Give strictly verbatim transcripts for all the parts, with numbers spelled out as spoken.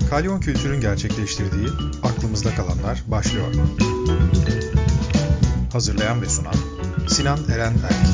Kalyon Kültür'ün gerçekleştirdiği Aklımızda Kalanlar başlıyor. Hazırlayan ve sunan Sinan Eren Erk.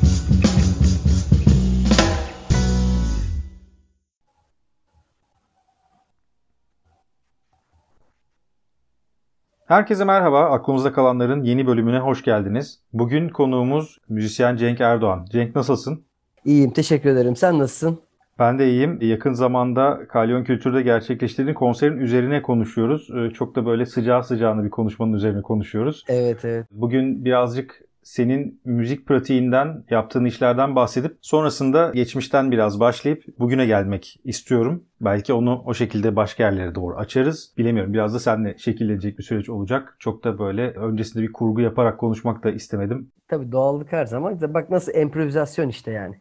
Herkese merhaba, Aklımızda Kalanlar'ın yeni bölümüne hoş geldiniz. Bugün konuğumuz müzisyen Cenk Erdoğan. Cenk, nasılsın? İyiyim, teşekkür ederim. Sen nasılsın? Ben de iyiyim. Yakın zamanda Kalyon Kültür'de gerçekleştirdiğin konserin üzerine konuşuyoruz. Ee, Çok da böyle sıcağı sıcağına bir konuşmanın üzerine konuşuyoruz. Evet, evet. Bugün birazcık senin müzik pratiğinden, yaptığın işlerden bahsedip sonrasında geçmişten biraz başlayıp bugüne gelmek istiyorum. Belki onu o şekilde başka yerlere doğru açarız. Bilemiyorum. Biraz da seninle şekillenecek bir süreç olacak. Çok da böyle öncesinde bir kurgu yaparak konuşmak da istemedim. Tabii doğallık her zaman. Bak nasıl improvizasyon işte yani.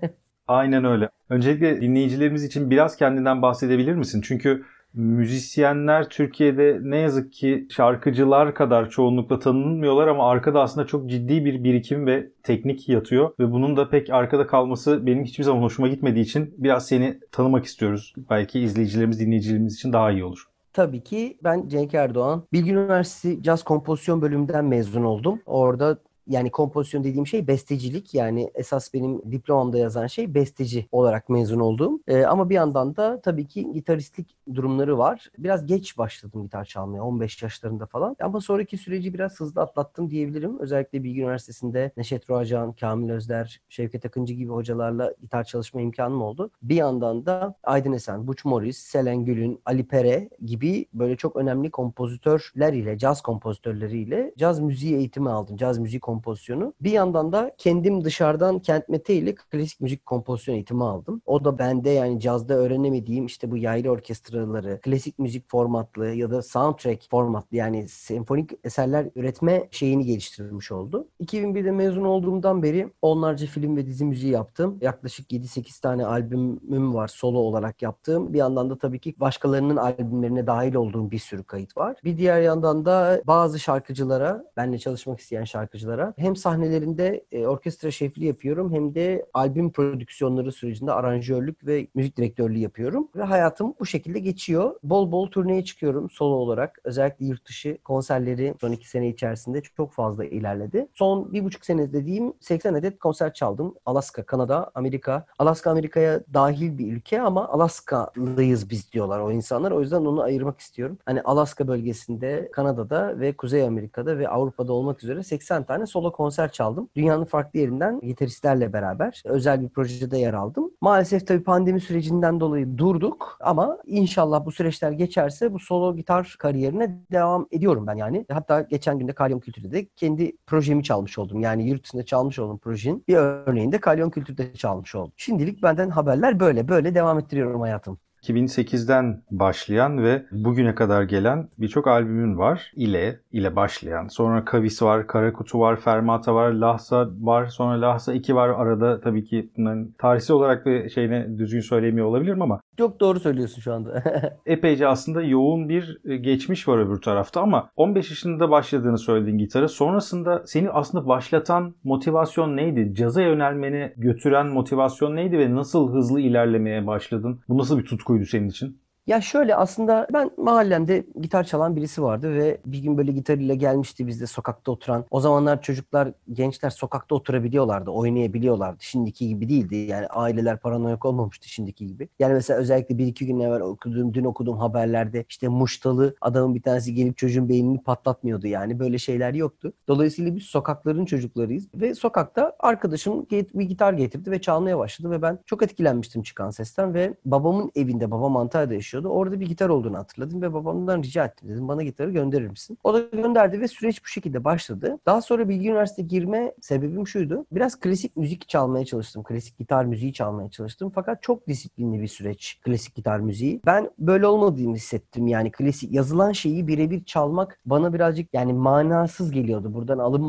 Aynen öyle. Öncelikle dinleyicilerimiz için biraz kendinden bahsedebilir misin? Çünkü müzisyenler Türkiye'de ne yazık ki şarkıcılar kadar çoğunlukla tanınmıyorlar ama arkada aslında çok ciddi bir birikim ve teknik yatıyor. Ve bunun da pek arkada kalması benim hiçbir zaman hoşuma gitmediği için biraz seni tanımak istiyoruz. Belki izleyicilerimiz, dinleyicilerimiz için daha iyi olur. Tabii ki ben Cenk Erdoğan. Bilgi Üniversitesi Caz Kompozisyon bölümünden mezun oldum. Orada yani kompozisyon dediğim şey bestecilik. Yani esas benim diplomamda yazan şey besteci olarak mezun oldum. Ee, ama bir yandan da tabii ki gitaristlik durumları var. Biraz geç başladım gitar çalmaya on beş yaşlarında falan. Ama sonraki süreci biraz hızlı atlattım diyebilirim. Özellikle Bilgi Üniversitesi'nde Neşet Ruacan, Kamil Özder, Şevket Akıncı gibi hocalarla gitar çalışma imkanım oldu. Bir yandan da Aydın Esen, Buç Morris, Selen Gül'ün, Ali Pere gibi böyle çok önemli kompozitörler ile, caz kompozitörleriyle caz müziği eğitimi aldım. Caz müziği kompozisyonu. Bir yandan da kendim dışarıdan Kent Mete ile klasik müzik kompozisyon eğitimi aldım. O da bende yani cazda öğrenemediğim işte bu yaylı orkestraları, klasik müzik formatlı ya da soundtrack formatlı yani senfonik eserler üretme şeyini geliştirmiş oldu. iki bin birde mezun olduğumdan beri onlarca film ve dizi müziği yaptım. Yaklaşık yedi sekiz tane albümüm var solo olarak yaptığım. Bir yandan da tabii ki başkalarının albümlerine dahil olduğum bir sürü kayıt var. Bir diğer yandan da bazı şarkıcılara, benimle çalışmak isteyen şarkıcılara hem sahnelerinde e, orkestra şefliği yapıyorum hem de albüm prodüksiyonları sürecinde aranjörlük ve müzik direktörlüğü yapıyorum. Ve hayatım bu şekilde geçiyor. Bol bol turneye çıkıyorum solo olarak. Özellikle yurt dışı konserleri son iki sene içerisinde çok fazla ilerledi. Son bir buçuk sene dediğim seksen adet konser çaldım. Alaska, Kanada, Amerika. Alaska Amerika'ya dahil bir ülke ama Alaska'lıyız biz diyorlar o insanlar. O yüzden onu ayırmak istiyorum. Hani Alaska bölgesinde, Kanada'da ve Kuzey Amerika'da ve Avrupa'da olmak üzere seksen tane solo konser çaldım. Dünyanın farklı yerinden gitaristlerle beraber özel bir projede yer aldım. Maalesef tabii pandemi sürecinden dolayı durduk ama inşallah bu süreçler geçerse bu solo gitar kariyerine devam ediyorum ben yani. Hatta geçen günde Kalyon Kültür'de de kendi projemi çalmış oldum. Yani yurt dışında çalmış olduğum projenin bir örneğinde Kalyon Kültür'de çalmış oldum. Şimdilik benden haberler böyle. Böyle devam ettiriyorum hayatım. iki bin sekizden başlayan ve bugüne kadar gelen birçok albümün var. İle, ile başlayan. Sonra Kavis var, Karakutu var, Fermata var, Lahsa var. Sonra Lahsa iki var. Arada tabii ki bunların tarihsel olarak ve şeyine düzgün söyleyemiyor olabilirim ama Çok doğru söylüyorsun şu anda. epeyce aslında yoğun bir geçmiş var öbür tarafta ama on beş yaşında başladığını söyledin gitarı. Sonrasında seni aslında başlatan motivasyon neydi? Caza yönelmeni götüren motivasyon neydi ve nasıl hızlı ilerlemeye başladın? Bu nasıl bir tutkuydu senin için? Ya şöyle aslında ben mahallemde gitar çalan birisi vardı ve bir gün böyle gitarıyla gelmişti bizde sokakta oturan. O zamanlar çocuklar, gençler sokakta oturabiliyorlardı, oynayabiliyorlardı. Şimdiki gibi değildi. Yani aileler paranoyak olmamıştı şimdiki gibi. Yani mesela özellikle bir iki gün evvel okuduğum, dün okuduğum haberlerde işte muştalı adamın bir tanesi gelip çocuğun beynini patlatmıyordu. Yani böyle şeyler yoktu. Dolayısıyla biz sokakların çocuklarıyız ve sokakta arkadaşım bir gitar getirdi ve çalmaya başladı ve ben çok etkilenmiştim çıkan sesten ve babamın evinde, babam Antalya'da yaşıyor. Orada bir gitar olduğunu hatırladım ve babamdan rica ettim. Dedim bana gitarı gönderir misin? O da gönderdi ve süreç bu şekilde başladı. Daha sonra Bilgi Üniversitesi'ne girme sebebim şuydu. Biraz klasik müzik çalmaya çalıştım. Klasik gitar müziği çalmaya çalıştım. Fakat çok disiplinli bir süreç klasik gitar müziği. Ben böyle olmadığımı hissettim. Yani klasik yazılan şeyi birebir çalmak bana birazcık yani manasız geliyordu. Buradan alınmasın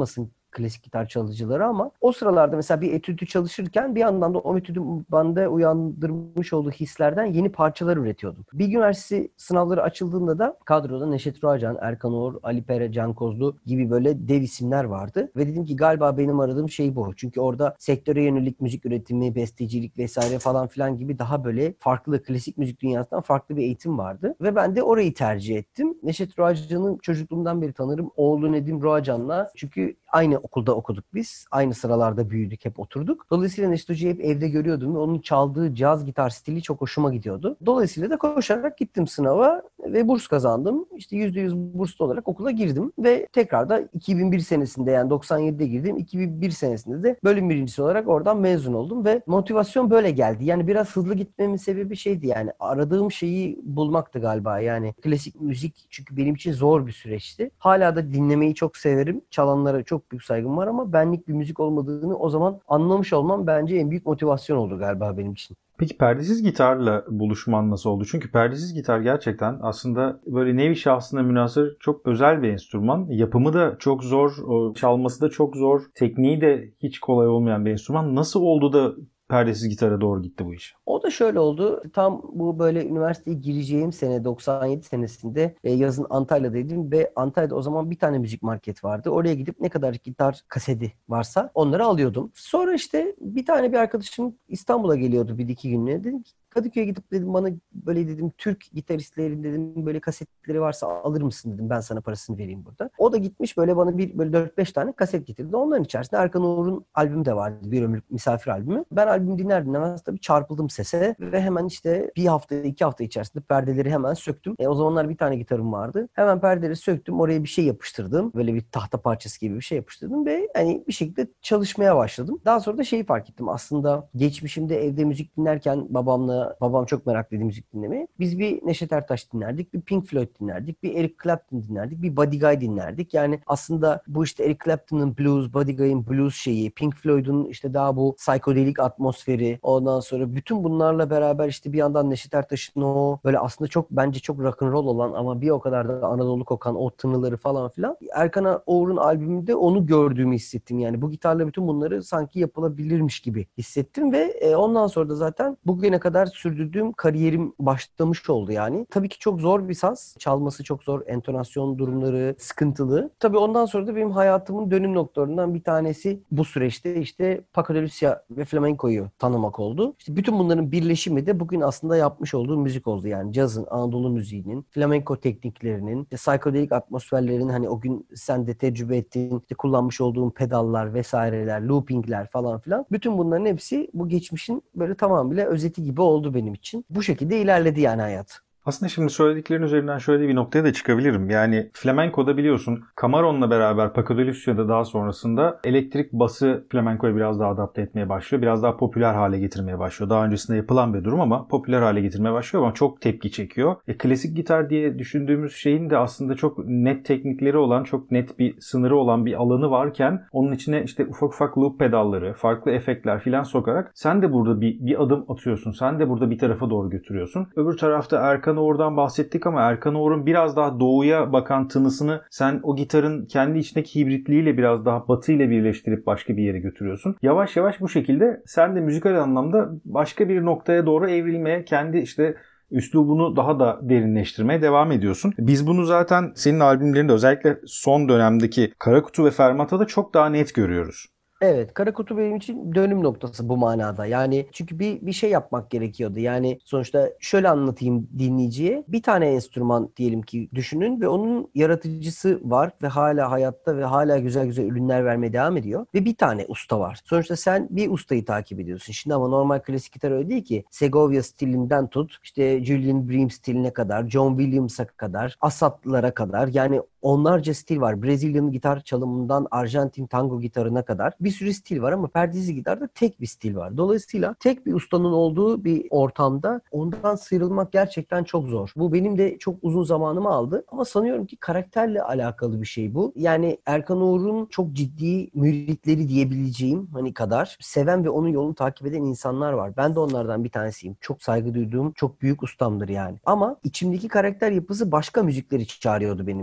klasik gitar çalıcıları ama o sıralarda mesela bir etüdü çalışırken bir yandan da o etüdün bende uyandırmış olduğu hislerden yeni parçalar üretiyordum. Bilgi Üniversitesi sınavları açıldığında da kadroda Neşet Ruacan, Erkan Oğur, Ali Pere, Can Kozlu gibi böyle dev isimler vardı. Ve dedim ki galiba benim aradığım şey bu. Çünkü orada sektöre yönelik müzik üretimi, bestecilik vesaire falan filan gibi daha böyle farklı klasik müzik dünyasından farklı bir eğitim vardı. Ve ben de orayı tercih ettim. Neşet Ruacan'ı çocukluğumdan beri tanırım. Oğlu Nedim Ruacan'la çünkü aynı okulda okuduk biz. Aynı sıralarda büyüdük, hep oturduk. Dolayısıyla Neşet Hoca'yı hep evde görüyordum ve onun çaldığı caz gitar stili çok hoşuma gidiyordu. Dolayısıyla da koşarak gittim sınava ve burs kazandım. İşte yüzde yüz burslu olarak okula girdim ve tekrar da iki bin bir senesinde yani doksan yedide girdim. iki bin bir senesinde de bölüm birincisi olarak oradan mezun oldum ve motivasyon böyle geldi. Yani biraz hızlı gitmemin sebebi şeydi yani aradığım şeyi bulmaktı galiba. Yani klasik müzik çünkü benim için zor bir süreçti. Hala da dinlemeyi çok severim. Çalanlara çok büyük saygım var ama benlik bir müzik olmadığını o zaman anlamış olmam bence en büyük motivasyon oldu galiba benim için. Peki perdesiz gitarla buluşman nasıl oldu? Çünkü perdesiz gitar gerçekten aslında böyle nevi şahsına münhasır çok özel bir enstrüman. Yapımı da çok zor, çalması da çok zor, tekniği de hiç kolay olmayan bir enstrüman. Nasıl oldu da perdesiz gitara doğru gitti bu iş? O da şöyle oldu. Tam bu böyle üniversiteye gireceğim sene doksan yedi senesinde e, yazın Antalya'daydım ve Antalya'da o zaman bir tane müzik market vardı. Oraya gidip ne kadar gitar kaseti varsa onları alıyordum. Sonra işte bir tane bir arkadaşım İstanbul'a geliyordu bir iki günlüğüne. Dedim ki Kadıköy'e gidip dedim bana böyle dedim Türk gitaristlerin dedim böyle kasetleri varsa alır mısın dedim ben sana parasını vereyim burada. O da gitmiş böyle bana bir böyle dört beş tane kaset getirdi. Onların içerisinde Erkan Oğur'un albümü de vardı. Bir ömürlük misafir albümü. Ben albümü dinler dinlemez tabii çarpıldım sese ve hemen işte bir hafta iki hafta içerisinde perdeleri hemen söktüm. E, o zamanlar bir tane gitarım vardı. Hemen perdeleri söktüm. Oraya bir şey yapıştırdım. Böyle bir tahta parçası gibi bir şey yapıştırdım ve hani bir şekilde çalışmaya başladım. Daha sonra da şeyi fark ettim. Aslında geçmişimde evde müzik dinlerken babamla babam çok meraklıydı müzik dinlemeyi. Biz bir Neşet Ertaş dinlerdik, bir Pink Floyd dinlerdik, bir Eric Clapton dinlerdik, bir Buddy Guy dinlerdik. Yani aslında bu işte Eric Clapton'ın blues, Buddy Guy'ın blues şeyi, Pink Floyd'un işte daha bu psikodelik atmosferi, ondan sonra bütün bunlarla beraber işte bir yandan Neşet Ertaş'ın o böyle aslında çok bence çok rock'n'roll olan ama bir o kadar da Anadolu kokan o tınıları falan filan. Erkan Oğur'un albümünde onu gördüğümü hissettim. Yani bu gitarla bütün bunları sanki yapılabilirmiş gibi hissettim ve e, ondan sonra da zaten bugüne kadar sürdürdüğüm kariyerim başlamış oldu yani. Tabii ki çok zor bir saz. Çalması çok zor. Entonasyon durumları sıkıntılı. Tabii ondan sonra da benim hayatımın dönüm noktalarından bir tanesi bu süreçte işte Paco de Lucia ve flamenco'yu tanımak oldu. İşte bütün bunların birleşimi de bugün aslında yapmış olduğum müzik oldu. Yani cazın, Anadolu müziğinin, flamenco tekniklerinin, işte psikodelik atmosferlerin hani o gün sen de tecrübe ettiğin, işte kullanmış olduğum pedallar vesaireler, loopingler falan filan. Bütün bunların hepsi bu geçmişin böyle tamamıyla özeti gibi oldu benim için. Bu şekilde ilerledi yani hayat. Aslında şimdi söylediklerin üzerinden şöyle bir noktaya da çıkabilirim. Yani flamenco'da biliyorsun Camaron'la beraber Paco de Lucia'da daha sonrasında elektrik bası flamenco'yu biraz daha adapte etmeye başlıyor. Biraz daha popüler hale getirmeye başlıyor. Daha öncesinde yapılan bir durum ama popüler hale getirmeye başlıyor ama çok tepki çekiyor. E, klasik gitar diye düşündüğümüz şeyin de aslında çok net teknikleri olan, çok net bir sınırı olan bir alanı varken onun içine işte ufak ufak loop pedalları, farklı efektler filan sokarak sen de burada bir, bir adım atıyorsun. Sen de burada bir tarafa doğru götürüyorsun. Öbür tarafta Erkan Oğur'dan bahsettik ama Erkan Oğur'un biraz daha doğuya bakan tınısını sen o gitarın kendi içindeki hibritliğiyle biraz daha batı ile birleştirip başka bir yere götürüyorsun. Yavaş yavaş bu şekilde sen de müzikal anlamda başka bir noktaya doğru evrilmeye, kendi işte üslubunu daha da derinleştirmeye devam ediyorsun. Biz bunu zaten senin albümlerinde özellikle son dönemdeki Kara Kutu ve Fermata'da çok daha net görüyoruz. Evet, Kara Kutu benim için dönüm noktası bu manada. Yani çünkü bir bir şey yapmak gerekiyordu. Yani sonuçta şöyle anlatayım dinleyiciye. Bir tane enstrüman diyelim ki düşünün ve onun yaratıcısı var ve hala hayatta ve hala güzel güzel ürünler vermeye devam ediyor. Ve bir tane usta var. Sonuçta sen bir ustayı takip ediyorsun. Şimdi ama normal klasik gitar öyle değil ki. Segovia stilinden tut, işte Julian Bream stiline kadar, John Williams'a kadar, Asat'lara kadar. Yani onlarca stil var. Brezilyalı gitar çalımından Arjantin tango gitarına kadar bir sürü stil var ama perdesiz gitarda tek bir stil var. Dolayısıyla tek bir ustanın olduğu bir ortamda ondan sıyrılmak gerçekten çok zor. Bu benim de çok uzun zamanımı aldı ama sanıyorum ki karakterle alakalı bir şey bu. Yani Erkan Oğur'un çok ciddi müritleri diyebileceğim hani kadar seven ve onun yolunu takip eden insanlar var. Ben de onlardan bir tanesiyim. Çok saygı duyduğum çok büyük ustamdır yani. Ama içimdeki karakter yapısı başka müzikleri çağırıyordu benim yani.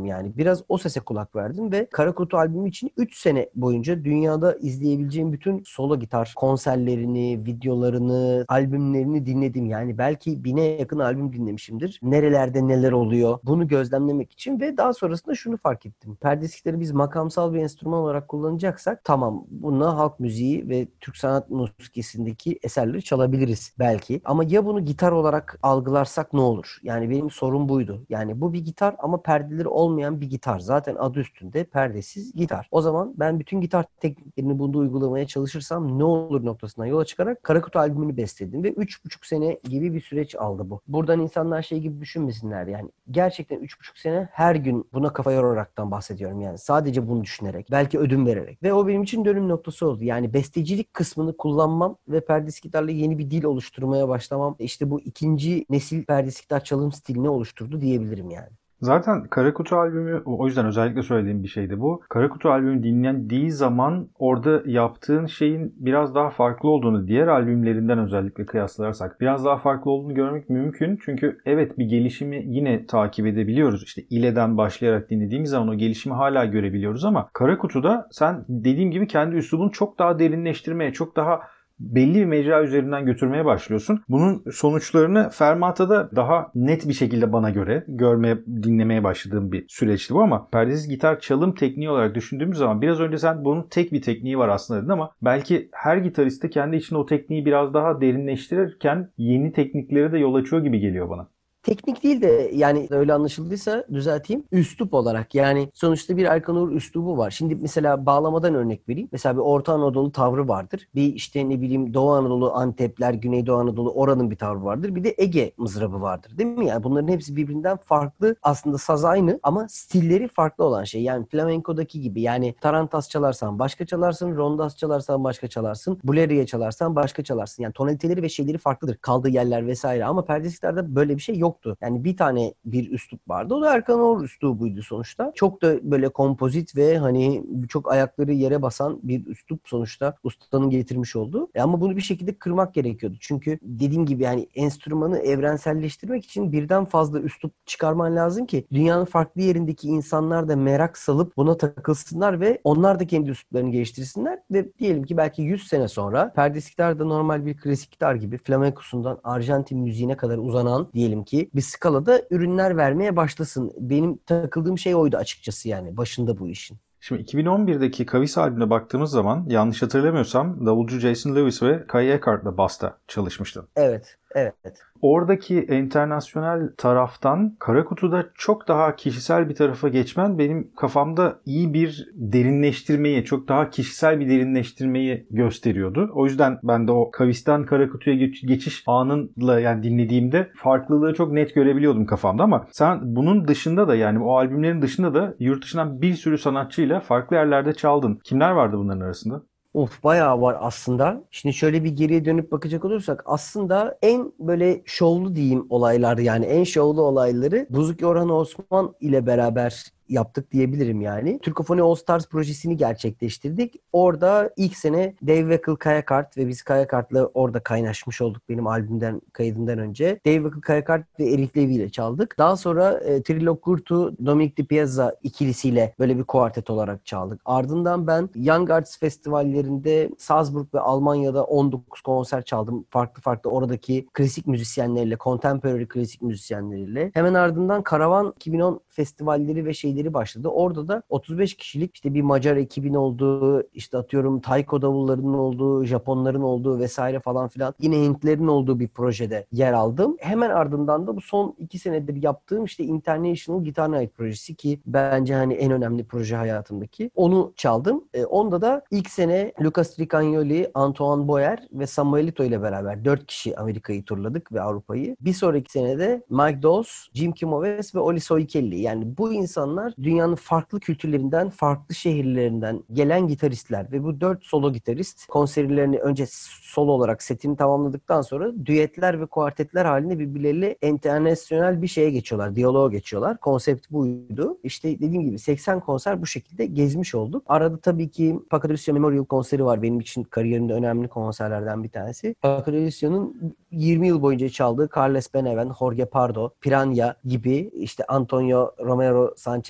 biraz o sese kulak verdim ve Kara Kutu albümü için üç sene boyunca dünyada izleyebileceğim bütün solo gitar konserlerini, videolarını, albümlerini dinledim. Yani belki bine yakın albüm dinlemişimdir. Nerelerde neler oluyor bunu gözlemlemek için ve daha sonrasında şunu fark ettim. Perdeskitleri biz makamsal bir enstrüman olarak kullanacaksak tamam, bununla halk müziği ve Türk sanat musikisindeki eserleri çalabiliriz belki. Ama ya bunu gitar olarak algılarsak ne olur? Yani benim sorum buydu. Yani bu bir gitar ama perdeleri olmayan bir gitar. Zaten adı üstünde perdesiz gitar. O zaman ben bütün gitar tekniklerini bunda uygulamaya çalışırsam ne olur noktasından yola çıkarak Kara Kutu albümünü besteledim ve üç buçuk sene gibi bir süreç aldı bu. Buradan insanlar şey gibi düşünmesinler, yani gerçekten üç buçuk sene her gün buna kafa yoraraktan bahsediyorum, yani sadece bunu düşünerek, belki ödün vererek ve o benim için dönüm noktası oldu. Yani bestecilik kısmını kullanmam ve perdesiz gitarla yeni bir dil oluşturmaya başlamam işte bu ikinci nesil perdesiz gitar çalım stilini oluşturdu diyebilirim yani. Zaten Kara Kutu albümü, o yüzden özellikle söylediğim bir şeydi bu. Kara Kutu albümü dinlendiği zaman orada yaptığın şeyin biraz daha farklı olduğunu, diğer albümlerinden özellikle kıyaslarsak biraz daha farklı olduğunu görmek mümkün. Çünkü evet, bir gelişimi yine takip edebiliyoruz. İşte İle'den başlayarak dinlediğimiz zaman o gelişimi hala görebiliyoruz ama Kara Kutu'da sen dediğim gibi kendi üslubunu çok daha derinleştirmeye, çok daha belli bir mecra üzerinden götürmeye başlıyorsun. Bunun sonuçlarını Fermata'da daha net bir şekilde bana göre görmeye, dinlemeye başladığım bir süreçti bu ama perdesiz gitar çalım tekniği olarak düşündüğümüz zaman biraz önce sen bunun tek bir tekniği var aslında dedin ama belki her gitarist de kendi içinde o tekniği biraz daha derinleştirirken yeni tekniklere de yol açıyor gibi geliyor bana. Teknik değil de, yani öyle anlaşıldıysa düzelteyim, üslup olarak. Yani sonuçta bir Erkan Uğur üslubu var. Şimdi mesela bağlamadan örnek vereyim. Mesela bir Orta Anadolu tavrı vardır. Bir işte ne bileyim Doğu Anadolu, Antepler, Güneydoğu Anadolu, oranın bir tavrı vardır. Bir de Ege mızrabı vardır, değil mi? Yani bunların hepsi birbirinden farklı. Aslında saz aynı ama stilleri farklı olan şey. Yani flamenkodaki gibi, yani tarantas çalarsan başka çalarsın, rondas çalarsan başka çalarsın, buleriye çalarsan başka çalarsın. Yani tonaliteleri ve şeyleri farklıdır. Kaldığı yerler vesaire ama perdesiz gitarda böyle bir şey yok. Yani bir tane bir üslup vardı. O da Erkan Oğur üslubuydu sonuçta. Çok da böyle kompozit ve hani çok ayakları yere basan bir üslup sonuçta ustanın getirmiş olduğu. E ama bunu bir şekilde kırmak gerekiyordu. Çünkü dediğim gibi yani enstrümanı evrenselleştirmek için birden fazla üslup çıkarman lazım ki dünyanın farklı yerindeki insanlar da merak salıp buna takılsınlar ve onlar da kendi üsluplarını geliştirsinler ve diyelim ki belki yüz sene sonra perdesiz gitar da normal bir klasik gitar gibi flamenkosundan Arjantin müziğine kadar uzanan diyelim ki bir skalada ürünler vermeye başlasın. Benim takıldığım şey oydu açıkçası, yani başında bu işin. Şimdi iki bin on birdeki Kavis albümüne baktığımız zaman yanlış hatırlamıyorsam davulcu Jason Lewis ve Kai Eckart'la basta çalışmıştın. Evet, evet. Oradaki internasyonel taraftan Kara Kutu'da çok daha kişisel bir tarafa geçmen benim kafamda iyi bir derinleştirmeyi, çok daha kişisel bir derinleştirmeyi gösteriyordu. O yüzden ben de o Kavis'ten Kara Kutu'ya geçiş anıyla yani dinlediğimde farklılığı çok net görebiliyordum kafamda ama sen bunun dışında da, yani o albümlerin dışında da yurt dışından bir sürü sanatçıyla farklı yerlerde çaldın. Kimler vardı bunların arasında? Of, bayağı var aslında. Şimdi şöyle bir geriye dönüp bakacak olursak aslında en böyle şovlu diyeyim olaylar, yani en şovlu olayları Buzuki Orhan Osman ile beraber yaptık diyebilirim yani. Türkofoni All Stars projesini gerçekleştirdik. Orada ilk sene Dave Weckl, Kaya Kart ve biz Kaya Kart'la orada kaynaşmış olduk benim albümden kaydından önce. Dave Weckl, Kaya Kart ve Eric Levy ile çaldık. Daha sonra e, Trillo Curto, Dominic Di Piazza ikilisiyle böyle bir kuartet olarak çaldık. Ardından ben Young Arts festivallerinde Salzburg ve Almanya'da on dokuz konser çaldım. Farklı farklı oradaki klasik müzisyenlerle, contemporary klasik müzisyenleriyle. Hemen ardından Karavan iki bin on festivalleri ve şeyleri başladı. Orada da otuz beş kişilik işte bir Macar ekibin olduğu, işte atıyorum taiko davullarının olduğu, Japonların olduğu vesaire falan filan. Yine Hintlerin olduğu bir projede yer aldım. Hemen ardından da bu son iki senedir yaptığım işte International Guitar Night projesi ki bence hani en önemli proje hayatımdaki. Onu çaldım. E, onda da ilk sene Lucas Tricagnoli, Antoine Boyer ve Samuelito ile beraber dört kişi Amerika'yı turladık ve Avrupa'yı. Bir sonraki senede Mike Dawes, Jim Kimoves ve Oli Soikelli. Yani bu insanlar dünyanın farklı kültürlerinden, farklı şehirlerinden gelen gitaristler ve bu dört solo gitarist konserlerini önce solo olarak setini tamamladıktan sonra düetler ve kuartetler halinde birbirleriyle internasyonel bir şeye geçiyorlar, diyaloğa geçiyorlar. Konsept buydu. İşte dediğim gibi seksen konser bu şekilde gezmiş olduk. Arada tabii ki Paco de Lucia Memorial konseri var. Benim için kariyerimde önemli konserlerden bir tanesi. Paco de Lucia'nın yirmi yıl boyunca çaldığı Carles Beneven, Jorge Pardo, Piranha gibi, işte Antonio Romero Sanchez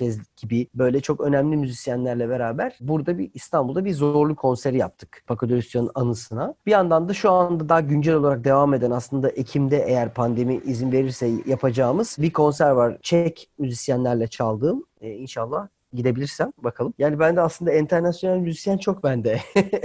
Sanchez gibi böyle çok önemli müzisyenlerle beraber burada bir İstanbul'da bir zorlu konseri yaptık. Paco de Luccia'nın anısına. Bir yandan da şu anda daha güncel olarak devam eden, aslında Ekim'de eğer pandemi izin verirse yapacağımız bir konser var. Çek müzisyenlerle çaldığım. Ee, inşallah gidebilirsem bakalım. Yani bende aslında internasyonel müzisyen çok bende.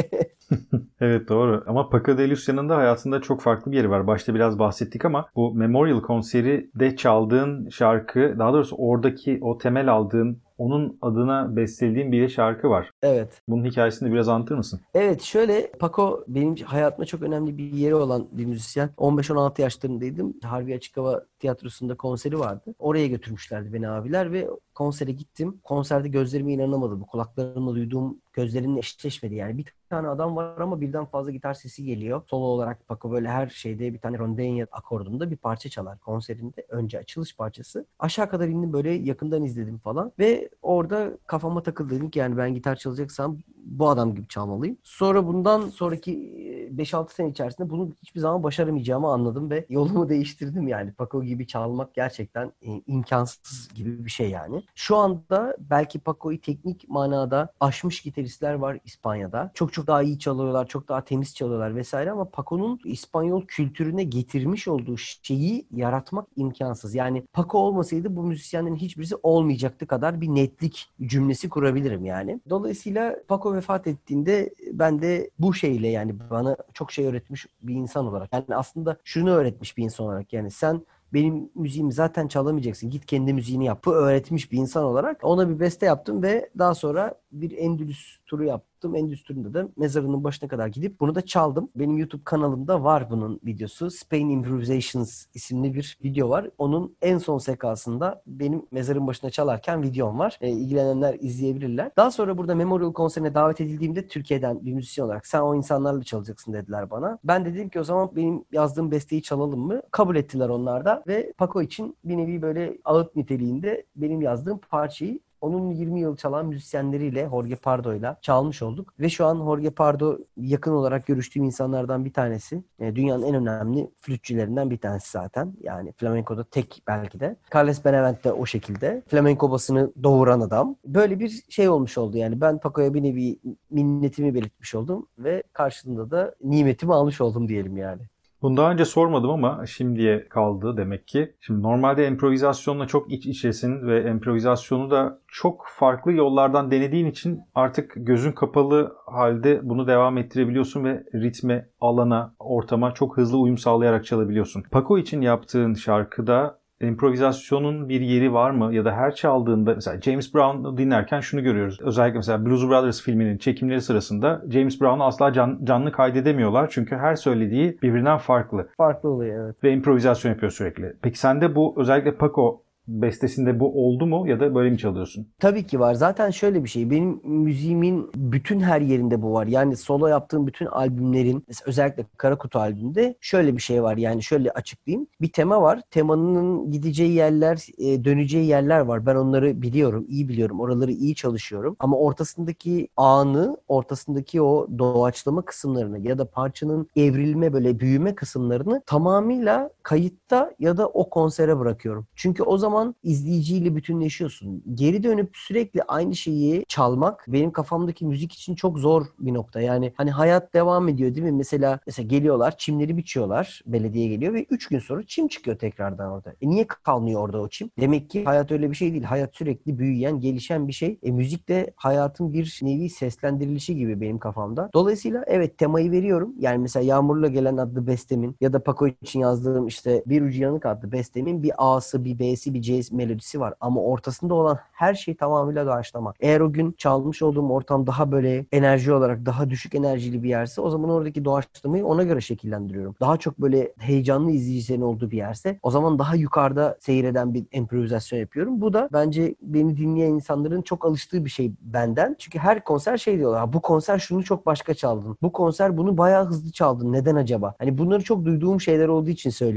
Evet, doğru. Ama Paco de Lucia'nın da hayatında çok farklı bir yeri var. Başta biraz bahsettik ama bu Memorial konseri de çaldığın şarkı, daha doğrusu oradaki o temel aldığın, onun adına bestelediğin bir de şarkı var. Evet. Bunun hikayesini biraz anlatır mısın? Evet, şöyle, Paco benim hayatımda çok önemli bir yeri olan bir müzisyen. on beş on altı yaşlarındaydım. Harbiye Açık Hava Tiyatrosu'nda konseri vardı. Oraya götürmüşlerdi beni abiler ve konsere gittim. Konserde gözlerime inanamadım. Kulaklarımla duyduğum gözlerimle eşleşmedi. Yani bir tane adam var ama birden fazla gitar sesi geliyor. Solo olarak Paco böyle her şeyde bir tane rondenya akordunda bir parça çalar konserinde. Önce açılış parçası. Aşağı kadar indim, böyle yakından izledim falan. Ve orada kafama takıldı. Dedim ki yani ben gitar çalacaksam bu adam gibi çalmalıyım. Sonra bundan sonraki beş altı sene içerisinde bunu hiçbir zaman başaramayacağımı anladım ve yolumu değiştirdim yani. Paco gibi çalmak gerçekten e, imkansız gibi bir şey yani. Şu anda belki Paco'yu teknik manada aşmış gitaristler var İspanya'da. Çok çok daha iyi çalıyorlar, çok daha temiz çalıyorlar vesaire ama Paco'nun İspanyol kültürüne getirmiş olduğu şeyi yaratmak imkansız. Yani Paco olmasaydı bu müzisyenlerin hiçbirisi olmayacaktı kadar bir netlik cümlesi kurabilirim yani. Dolayısıyla Paco vefat ettiğinde ben de bu şeyle, yani bana çok şey öğretmiş bir insan olarak, yani aslında şunu öğretmiş bir insan olarak, yani sen benim müziğimi zaten çalamayacaksın, git kendi müziğini yap. Bu öğretmiş bir insan olarak ona bir beste yaptım ve daha sonra bir Endülüs turu yaptım. Endülüs turunda da mezarının başına kadar gidip bunu da çaldım. Benim YouTube kanalımda var bunun videosu. Spain Improvisations isimli bir video var. Onun en son sekansında benim mezarın başına çalarken videom var. E, ilgilenenler izleyebilirler. Daha sonra burada Memorial konserine davet edildiğimde Türkiye'den bir müzisyen olarak sen o insanlarla çalacaksın dediler bana. Ben de dedim ki o zaman benim yazdığım besteyi çalalım mı? Kabul ettiler onlar da ve Paco için bir nevi böyle ağıt niteliğinde benim yazdığım parçayı onun yirmi yıl çalan müzisyenleriyle, Jorge Pardo'yla çalmış olduk. Ve şu an Jorge Pardo yakın olarak görüştüğüm insanlardan bir tanesi. E, dünyanın en önemli flütçülerinden bir tanesi zaten. Yani flamenko'da tek belki de. Carles Benavent de o şekilde. Flamenko basını doğuran adam. Böyle bir şey olmuş oldu yani. Ben Paco'ya bir nevi minnetimi belirtmiş oldum ve karşılığında da nimetimi almış oldum diyelim yani. Bunu daha önce sormadım ama şimdiye kaldı demek ki. Şimdi normalde improvizasyonla çok iç içesin ve improvizasyonu da çok farklı yollardan denediğin için artık gözün kapalı halde bunu devam ettirebiliyorsun ve ritme, alana, ortama çok hızlı uyum sağlayarak çalabiliyorsun. Paco için yaptığın şarkıda improvizasyonun bir yeri var mı? Ya da her çaldığında mesela James Brown'u dinlerken şunu görüyoruz. Özellikle mesela Blues Brothers filminin çekimleri sırasında James Brown'u asla can, canlı kaydedemiyorlar. Çünkü her söylediği birbirinden farklı. Farklı oluyor, evet. Ve improvizasyon yapıyor sürekli. Peki sende bu özellikle Paco bestesinde bu oldu mu ya da böyle mi çalıyorsun? Tabii ki var. Zaten şöyle bir şey. Benim müziğimin bütün her yerinde bu var. Yani solo yaptığım bütün albümlerin, özellikle Kara Kutu albümünde şöyle bir şey var. Yani şöyle açıklayayım. Bir tema var. Temanın gideceği yerler, döneceği yerler var. Ben onları biliyorum, iyi biliyorum. Oraları iyi çalışıyorum. Ama ortasındaki anı, ortasındaki o doğaçlama kısımlarını ya da parçanın evrilme, böyle büyüme kısımlarını tamamıyla kayıtta ya da o konsere bırakıyorum. Çünkü o zaman izleyiciyle bütünleşiyorsun. Geri dönüp sürekli aynı şeyi çalmak benim kafamdaki müzik için çok zor bir nokta. Yani hani hayat devam ediyor değil mi? Mesela mesela geliyorlar, çimleri biçiyorlar. Belediye geliyor ve üç gün sonra çim çıkıyor tekrardan orada. E niye kalmıyor orada o çim? Demek ki hayat öyle bir şey değil. Hayat sürekli büyüyen, gelişen bir şey. E müzik de hayatın bir nevi seslendirilişi gibi benim kafamda. Dolayısıyla evet, temayı veriyorum. Yani mesela Yağmurla Gelen adlı bestemin ya da Paco için yazdığım işte Bir Ucu Yanık adlı bestemin bir A'sı, bir B'si, bir C'si, melodisi var. Ama ortasında olan her şey tamamıyla doğaçlama. Eğer o gün çalmış olduğum ortam daha böyle enerji olarak daha düşük enerjili bir yerse o zaman oradaki doğaçlamayı ona göre şekillendiriyorum. Daha çok böyle heyecanlı izleyicilerin olduğu bir yerse o zaman daha yukarıda seyreden bir improvizasyon yapıyorum. Bu da bence beni dinleyen insanların çok alıştığı bir şey benden. Çünkü her konser şey diyorlar. Bu konser şunu çok başka çaldın. Bu konser bunu bayağı hızlı çaldın. Neden acaba? Hani bunları çok duyduğum şeyler olduğu için söylüyorum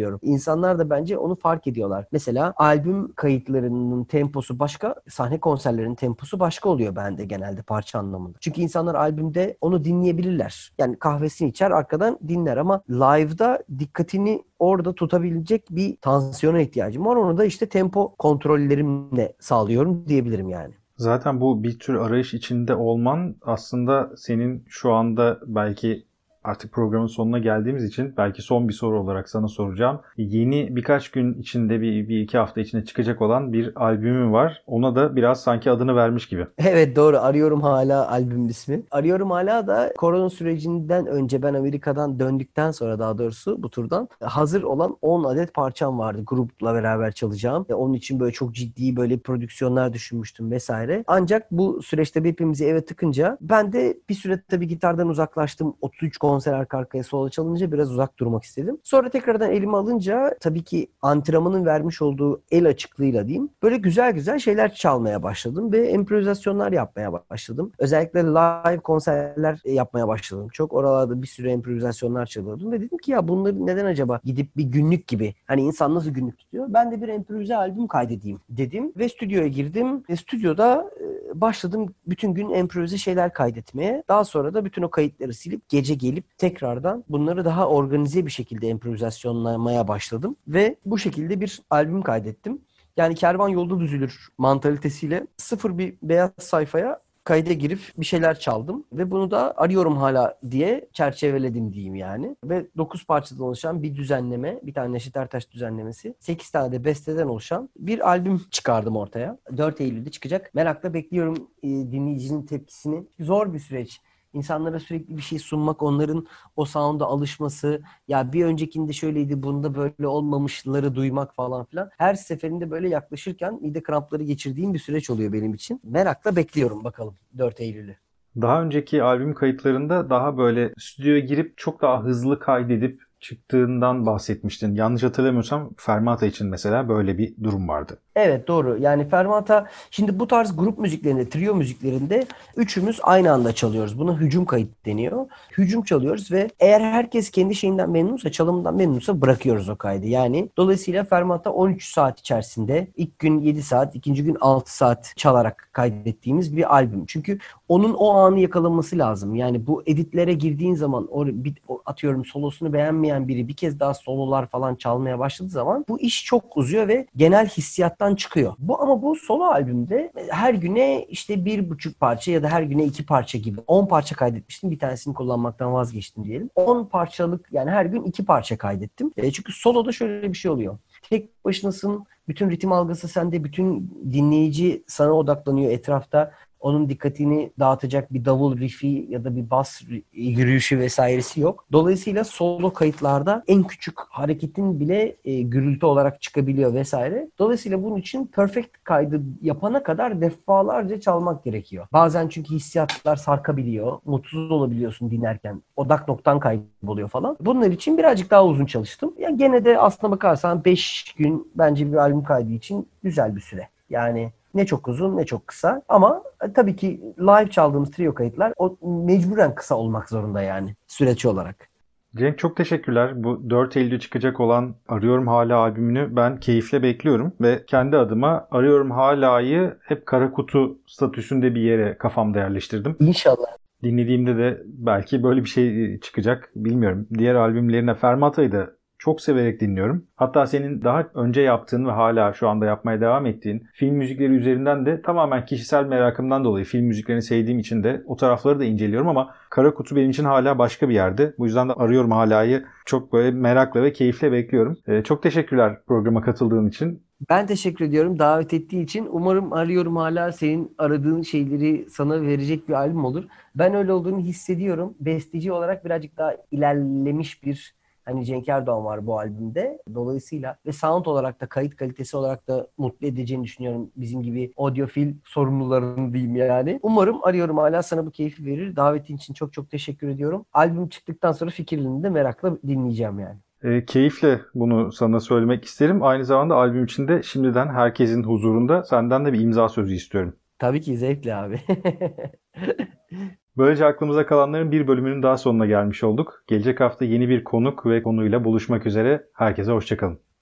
söylüyorum. İnsanlar da bence onu fark ediyorlar. Mesela albüm kayıtlarının temposu başka, sahne konserlerinin temposu başka oluyor bende genelde parça anlamında. Çünkü insanlar albümde onu dinleyebilirler. Yani kahvesini içer, arkadan dinler ama live'da dikkatini orada tutabilecek bir tansiyona ihtiyacım var. Onu da işte tempo kontrollerimle sağlıyorum diyebilirim yani. Zaten bu bir tür arayış içinde olman aslında senin şu anda belki artık programın sonuna geldiğimiz için belki son bir soru olarak sana soracağım. Yeni birkaç gün içinde bir, bir iki hafta içinde çıkacak olan bir albümün var. Ona da biraz sanki adını vermiş gibi. Evet doğru. Arıyorum Hala albümün ismi. Arıyorum Hala da korona sürecinden önce ben Amerika'dan döndükten sonra daha doğrusu bu turdan hazır olan on adet parçam vardı grupla beraber çalacağım. Ve onun için böyle çok ciddi böyle prodüksiyonlar düşünmüştüm vesaire. Ancak bu süreçte hepimizi eve tıkınca ben de bir süre tabii gitardan uzaklaştım. otuz üç konser arka arkaya solo çalınca biraz uzak durmak istedim. Sonra tekrardan elime alınca tabii ki antrenmanın vermiş olduğu el açıklığıyla diyeyim böyle güzel güzel şeyler çalmaya başladım ve improvizasyonlar yapmaya başladım. Özellikle live konserler yapmaya başladım. Çok oralarda bir sürü improvizasyonlar çalıyordum ve dedim ki ya bunları neden acaba gidip bir günlük gibi hani insan nasıl günlük tutuyor? Ben de bir improvize albüm kaydedeyim dedim ve stüdyoya girdim. Ve stüdyoda başladım bütün gün improvize şeyler kaydetmeye. Daha sonra da bütün o kayıtları silip gece gelip tekrardan bunları daha organize bir şekilde improvizasyonlamaya başladım. Ve bu şekilde bir albüm kaydettim. Yani kervan yolda düzülür mantalitesiyle sıfır bir beyaz sayfaya kayda girip bir şeyler çaldım. Ve bunu da Arıyorum Hala diye çerçeveledim diyeyim yani. Ve dokuz parçadan oluşan bir düzenleme, bir tane Neşet Ertaş düzenlemesi, sekiz tane de besteden oluşan bir albüm çıkardım ortaya. dört Eylül'de çıkacak. Merakla bekliyorum e, dinleyicinin tepkisini. Zor bir süreç. İnsanlara sürekli bir şey sunmak, onların o sound'a alışması, ya bir öncekinde şöyleydi, bunda böyle olmamışları duymak falan filan. Her seferinde böyle yaklaşırken mide krampları geçirdiğim bir süreç oluyor benim için. Merakla bekliyorum bakalım dört Eylül'ü. Daha önceki albüm kayıtlarında daha böyle stüdyoya girip çok daha hızlı kaydedip çıktığından bahsetmiştin. Yanlış hatırlamıyorsam Fermata için mesela böyle bir durum vardı. Evet doğru. Yani Fermata şimdi bu tarz grup müziklerinde, trio müziklerinde üçümüz aynı anda çalıyoruz. Buna hücum kayıt deniyor. Hücum çalıyoruz ve eğer herkes kendi şeyinden memnunsa, çalımından memnunsa bırakıyoruz o kaydı. Yani dolayısıyla Fermata on üç saat içerisinde ilk gün yedi saat, ikinci gün altı saat çalarak kaydettiğimiz bir albüm. Çünkü onun o anı yakalanması lazım. Yani bu editlere girdiğin zaman o, bir, o atıyorum solosunu beğenmeyen biri bir kez daha sololar falan çalmaya başladığı zaman bu iş çok uzuyor ve genel hissiyattan çıkıyor. Bu ama bu solo albümde her güne işte bir buçuk parça ya da her güne iki parça gibi on parça kaydetmiştim. Bir tanesini kullanmaktan vazgeçtim diyelim. on parçalık yani her gün iki parça kaydettim. E, çünkü soloda şöyle bir şey oluyor. Tek başınasın. Bütün ritim algısı sende. Bütün dinleyici sana odaklanıyor etrafta. Onun dikkatini dağıtacak bir davul riffi ya da bir bas yürüyüşü vesairesi yok. Dolayısıyla solo kayıtlarda en küçük hareketin bile e, gürültü olarak çıkabiliyor vesaire. Dolayısıyla bunun için perfect kaydı yapana kadar defalarca çalmak gerekiyor. Bazen çünkü hissiyatlar sarkabiliyor. Mutsuz olabiliyorsun dinlerken. Odak noktan kayboluyor falan. Bunlar için birazcık daha uzun çalıştım. Ya gene de aslına bakarsan beş gün bence bir albüm kaydı için güzel bir süre. Yani ne çok uzun ne çok kısa ama e, tabii ki live çaldığımız trio kayıtlar o mecburen kısa olmak zorunda yani süreç olarak. Cenk çok teşekkürler. Bu dört Eylül'de çıkacak olan Arıyorum Hala albümünü ben keyifle bekliyorum ve kendi adıma Arıyorum Hala'yı hep kara kutu statüsünde bir yere kafamda yerleştirdim. İnşallah. Dinlediğimde de belki böyle bir şey çıkacak bilmiyorum. Diğer albümlerine Fermata'yı da çok severek dinliyorum. Hatta senin daha önce yaptığın ve hala şu anda yapmaya devam ettiğin film müzikleri üzerinden de tamamen kişisel merakımdan dolayı film müziklerini sevdiğim için de o tarafları da inceliyorum ama Kara Kutu benim için hala başka bir yerde. Bu yüzden de Arıyorum Hala'yı çok böyle merakla ve keyifle bekliyorum. Ee, çok teşekkürler programa katıldığın için. Ben teşekkür ediyorum davet ettiği için. Umarım Arıyorum Hala senin aradığın şeyleri sana verecek bir albüm olur. Ben öyle olduğunu hissediyorum. Besteci olarak birazcık daha ilerlemiş bir hani Cenk Erdoğan var bu albümde. Dolayısıyla ve sound olarak da kayıt kalitesi olarak da mutlu edeceğini düşünüyorum. Bizim gibi audiofil sorumluların diyeyim yani. Umarım Arıyorum Hala sana bu keyfi verir. Davetin için çok çok teşekkür ediyorum. Albüm çıktıktan sonra fikirlerini de merakla dinleyeceğim yani. E, keyifle bunu sana söylemek isterim. Aynı zamanda albüm için de şimdiden herkesin huzurunda senden de bir imza sözü istiyorum. Tabii ki zevkle abi. Böylece aklımıza kalanların bir bölümünün daha sonuna gelmiş olduk. Gelecek hafta yeni bir konuk ve konuyla buluşmak üzere. Herkese hoşça kalın.